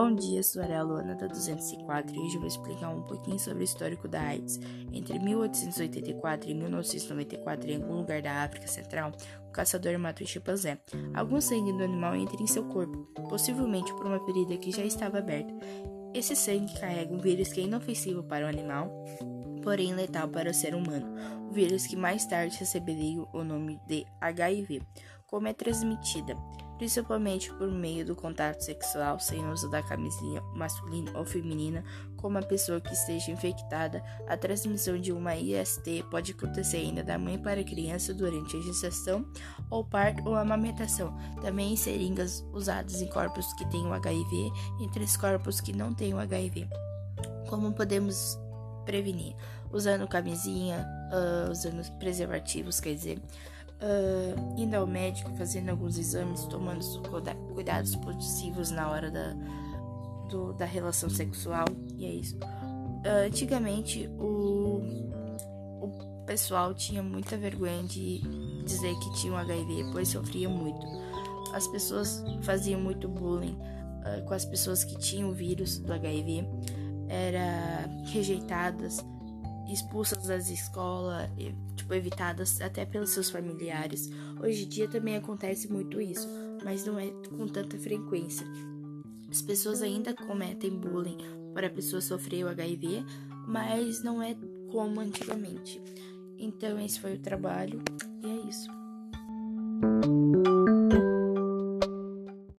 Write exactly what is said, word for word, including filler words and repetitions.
Bom dia, sou a Luana da duzentos e quatro e hoje eu vou explicar um pouquinho sobre o histórico da AIDS. Entre mil oitocentos e oitenta e quatro e mil novecentos e noventa e quatro, em algum lugar da África Central, o caçador mata o chimpanzé. Algum sangue do animal entra em seu corpo, possivelmente por uma ferida que já estava aberta. Esse sangue carrega um vírus que é inofensivo para o animal, porém letal para o ser humano, o vírus que mais tarde receberia o nome de H I V. Como é transmitida? Principalmente por meio do contato sexual sem uso da camisinha masculina ou feminina com uma pessoa que esteja infectada. A transmissão de uma I S T pode acontecer ainda da mãe para a criança durante a gestação ou parto ou amamentação, também em seringas usadas em corpos que têm o H I V entre os corpos que não têm o H I V. Como podemos prevenir? Usando camisinha, uh, usando preservativos, quer dizer, uh, indo ao médico, fazendo alguns exames, tomando cuidados positivos na hora da, do, da relação sexual, e é isso. Uh, antigamente, o, o pessoal tinha muita vergonha de dizer que tinha um H I V, pois sofria muito. As pessoas faziam muito bullying uh, com as pessoas que tinham o vírus do H I V, eram rejeitadas, expulsas das escolas, tipo, evitadas até pelos seus familiares. Hoje em dia também acontece muito isso, mas não é com tanta frequência. As pessoas ainda cometem bullying para a pessoa sofrer o H I V, mas não é como antigamente. Então esse foi o trabalho e é isso.